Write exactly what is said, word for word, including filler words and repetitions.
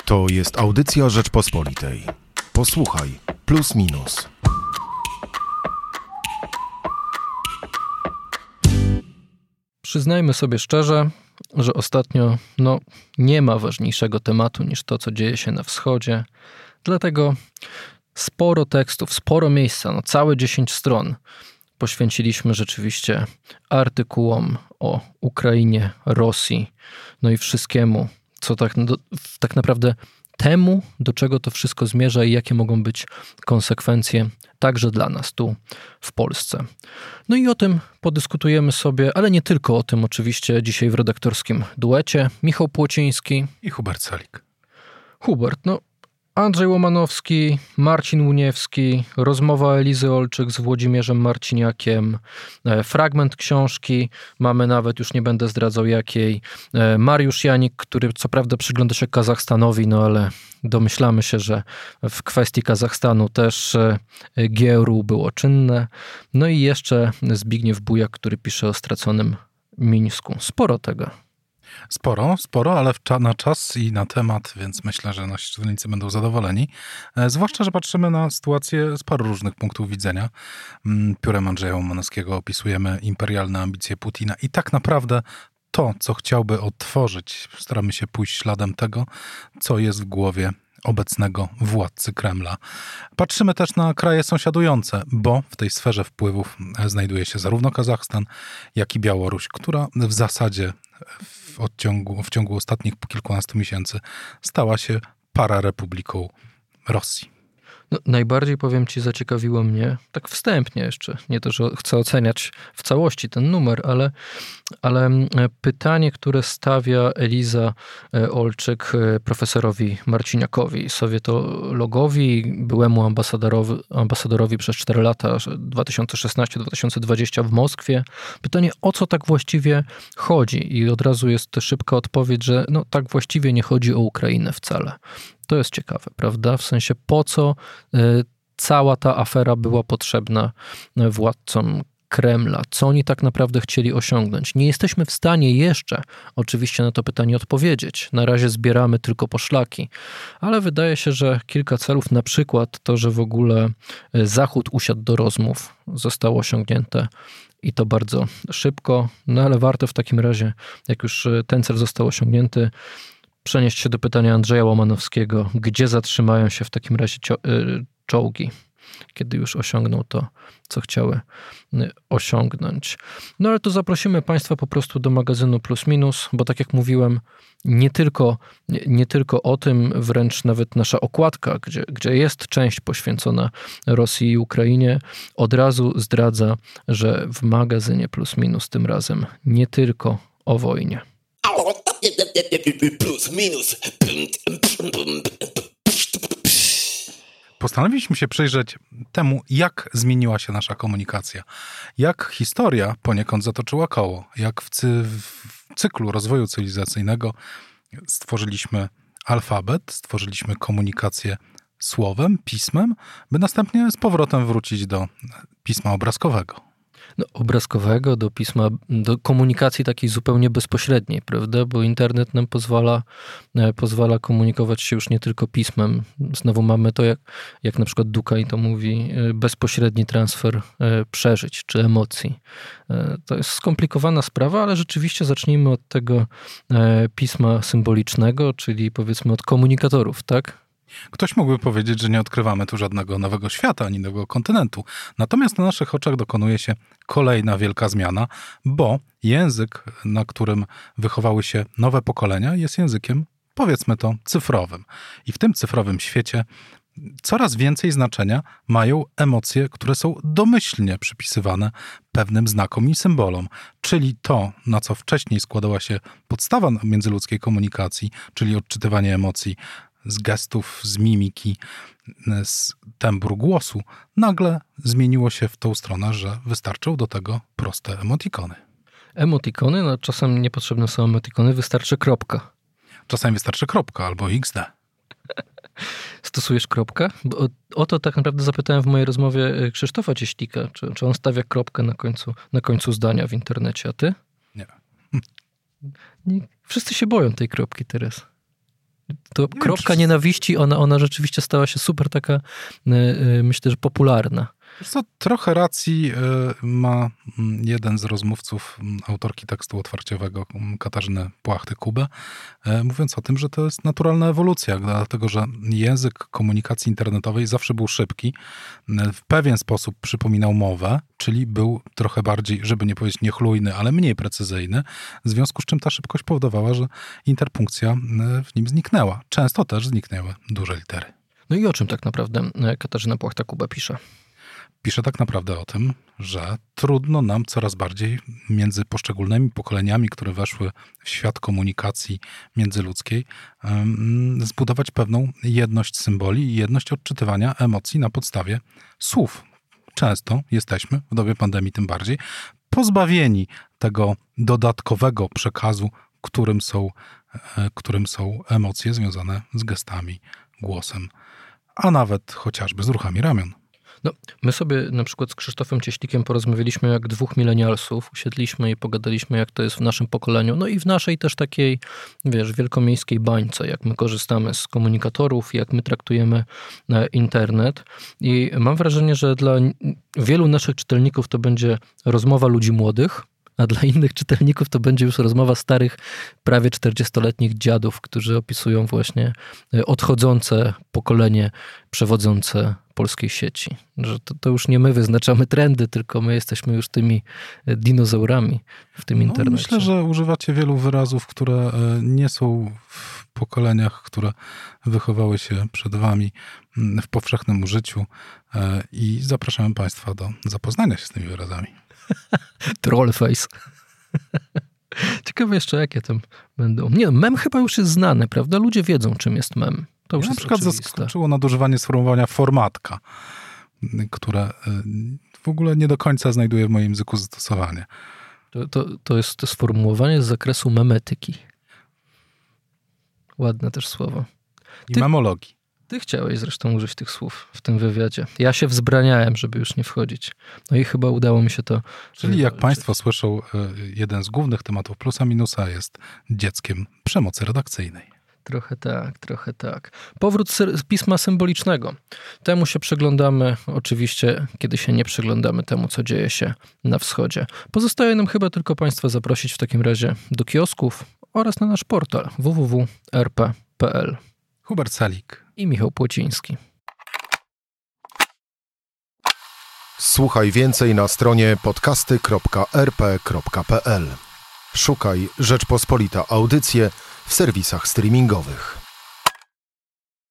To jest audycja Rzeczpospolitej. Posłuchaj, plus minus. Przyznajmy sobie szczerze, że ostatnio no, nie ma ważniejszego tematu niż to, co dzieje się na wschodzie. Dlatego sporo tekstów, sporo miejsca, no całe dziesięć stron poświęciliśmy rzeczywiście artykułom o Ukrainie, Rosji, no i wszystkiemu, co tak, no, tak naprawdę temu, do czego to wszystko zmierza i jakie mogą być konsekwencje także dla nas tu w Polsce. No i o tym podyskutujemy sobie, ale nie tylko o tym oczywiście dzisiaj w redaktorskim duecie. Michał Płociński i Hubert Salik. Hubert, no Andrzej Łomanowski, Marcin Łuniewski, rozmowa Elizy Olczyk z Włodzimierzem Marciniakiem, fragment książki, mamy nawet, już nie będę zdradzał jakiej, Mariusz Janik, który co prawda przygląda się Kazachstanowi, no ale domyślamy się, że w kwestii Kazachstanu też G R U było czynne. No i jeszcze Zbigniew Bujak, który pisze o straconym Mińsku. Sporo tego. Sporo, sporo, ale na czas i na temat, więc myślę, że nasi czytelnicy będą zadowoleni. Zwłaszcza, że patrzymy na sytuację z paru różnych punktów widzenia. Piórem Andrzeja Łomanowskiego opisujemy imperialne ambicje Putina i tak naprawdę to, co chciałby odtworzyć, staramy się pójść śladem tego, co jest w głowie obecnego władcy Kremla. Patrzymy też na kraje sąsiadujące, bo w tej sferze wpływów znajduje się zarówno Kazachstan, jak i Białoruś, która w zasadzie w, odciągu, w ciągu ostatnich kilkunastu miesięcy stała się pararepubliką Rosji. No, najbardziej, powiem ci, zaciekawiło mnie, tak wstępnie jeszcze, nie to, że chcę oceniać w całości ten numer, ale, ale pytanie, które stawia Eliza Olczyk profesorowi Marciniakowi, sowietologowi, byłemu ambasadorowi, ambasadorowi przez cztery lata, dwa tysiące szesnasty do dwa tysiące dwudziestego w Moskwie. Pytanie, o co tak właściwie chodzi? I od razu jest szybka odpowiedź, że no, tak właściwie nie chodzi o Ukrainę wcale. To jest ciekawe, prawda? W sensie, po co cała ta afera była potrzebna władcom Kremla? Co oni tak naprawdę chcieli osiągnąć? Nie jesteśmy w stanie jeszcze oczywiście na to pytanie odpowiedzieć. Na razie zbieramy tylko poszlaki, ale wydaje się, że kilka celów, na przykład to, że w ogóle Zachód usiadł do rozmów, zostało osiągnięte. I to bardzo szybko, no ale warto w takim razie, jak już ten cel został osiągnięty, przenieść się do pytania Andrzeja Łomanowskiego, gdzie zatrzymają się w takim razie czołgi, kiedy już osiągną to, co chciały osiągnąć. No ale to zaprosimy Państwa po prostu do magazynu Plus Minus, bo tak jak mówiłem, nie tylko, nie, nie tylko o tym, wręcz nawet nasza okładka, gdzie, gdzie jest część poświęcona Rosji i Ukrainie, od razu zdradza, że w magazynie Plus Minus tym razem nie tylko o wojnie. Plus minus. Postanowiliśmy się przyjrzeć temu, jak zmieniła się nasza komunikacja. Jak historia poniekąd zatoczyła koło. Jak w, cy- w cyklu rozwoju cywilizacyjnego stworzyliśmy alfabet, stworzyliśmy komunikację słowem, pismem, by następnie z powrotem wrócić do pisma obrazkowego. No, obrazkowego, do pisma, do komunikacji takiej zupełnie bezpośredniej, prawda? Bo internet nam pozwala, pozwala komunikować się już nie tylko pismem. Znowu mamy to, jak, jak na przykład Dukaj to mówi, bezpośredni transfer przeżyć czy emocji. To jest skomplikowana sprawa, ale rzeczywiście zacznijmy od tego pisma symbolicznego, czyli powiedzmy od komunikatorów, tak? Ktoś mógłby powiedzieć, że nie odkrywamy tu żadnego nowego świata, ani nowego kontynentu. Natomiast na naszych oczach dokonuje się kolejna wielka zmiana, bo język, na którym wychowały się nowe pokolenia, jest językiem, powiedzmy to, cyfrowym. I w tym cyfrowym świecie coraz więcej znaczenia mają emocje, które są domyślnie przypisywane pewnym znakom i symbolom. Czyli to, na co wcześniej składała się podstawa międzyludzkiej komunikacji, czyli odczytywanie emocji z gestów, z mimiki, z tembru głosu, nagle zmieniło się w tą stronę, że wystarczą do tego proste emotikony. Emotikony? No czasem niepotrzebne są emotikony, wystarczy kropka. Czasami wystarczy kropka albo iks de. Stosujesz kropkę? Bo o, o to tak naprawdę zapytałem w mojej rozmowie Krzysztofa Cieślika, czy, czy on stawia kropkę na końcu, na końcu zdania w internecie, a ty? Nie. Nie. Wszyscy się boją tej kropki teraz. To Nie kropka wiem, czy... nienawiści, ona, ona rzeczywiście stała się super taka, myślę, że popularna. Wiesz co, trochę racji ma jeden z rozmówców autorki tekstu otwarciowego Katarzyny Płachty-Kubę, mówiąc o tym, że to jest naturalna ewolucja, dlatego że język komunikacji internetowej zawsze był szybki, w pewien sposób przypominał mowę, czyli był trochę bardziej, żeby nie powiedzieć niechlujny, ale mniej precyzyjny, w związku z czym ta szybkość powodowała, że interpunkcja w nim zniknęła. Często też zniknęły duże litery. No i o czym tak naprawdę Katarzyna Płachta-Kuba pisze? Pisze tak naprawdę o tym, że trudno nam coraz bardziej między poszczególnymi pokoleniami, które weszły w świat komunikacji międzyludzkiej, zbudować pewną jedność symboli i jedność odczytywania emocji na podstawie słów. Często jesteśmy, w dobie pandemii tym bardziej, pozbawieni tego dodatkowego przekazu, którym są, którym są emocje związane z gestami, głosem, a nawet chociażby z ruchami ramion. No, my sobie na przykład z Krzysztofem Cieślikiem porozmawialiśmy jak dwóch milenialsów, usiedliśmy i pogadaliśmy, jak to jest w naszym pokoleniu, no i w naszej też takiej, wiesz, wielkomiejskiej bańce, jak my korzystamy z komunikatorów, jak my traktujemy internet. I mam wrażenie, że dla wielu naszych czytelników to będzie rozmowa ludzi młodych, a dla innych czytelników to będzie już rozmowa starych, prawie czterdziestoletnich dziadów, którzy opisują właśnie odchodzące pokolenie przewodzące polskiej sieci. Że to, to już nie my wyznaczamy trendy, tylko my jesteśmy już tymi dinozaurami w tym no, internecie. Myślę, że używacie wielu wyrazów, które nie są w pokoleniach, które wychowały się przed wami w powszechnym użyciu i zapraszamy Państwa do zapoznania się z tymi wyrazami. Trollface. Ciekawe jeszcze, jakie tam będą. Nie, mem chyba już jest znany, prawda? Ludzie wiedzą, czym jest mem. To już Mnie jest na przykład oczywiste. zaskoczyło nadużywanie sformułowania formatka, które w ogóle nie do końca znajduje w moim języku zastosowanie. To, to, to jest to sformułowanie z zakresu memetyki. Ładne też słowo. I Ty- memologii. Ty chciałeś zresztą użyć tych słów w tym wywiadzie. Ja się wzbraniałem, żeby już nie wchodzić. No i chyba udało mi się to... Czyli jak Państwo słyszą, jeden z głównych tematów plusa minusa jest dzieckiem przemocy redakcyjnej. Trochę tak, trochę tak. Powrót z pisma symbolicznego. Temu się przyglądamy, oczywiście, kiedy się nie przyglądamy temu, co dzieje się na wschodzie. Pozostaje nam chyba tylko Państwa zaprosić w takim razie do kiosków oraz na nasz portal w w w kropka r p kropka p l. Hubert Salik I Michał Płociński. Słuchaj więcej na stronie podcasty kropka r p kropka p l. Szukaj Rzeczpospolita Audycje w serwisach streamingowych.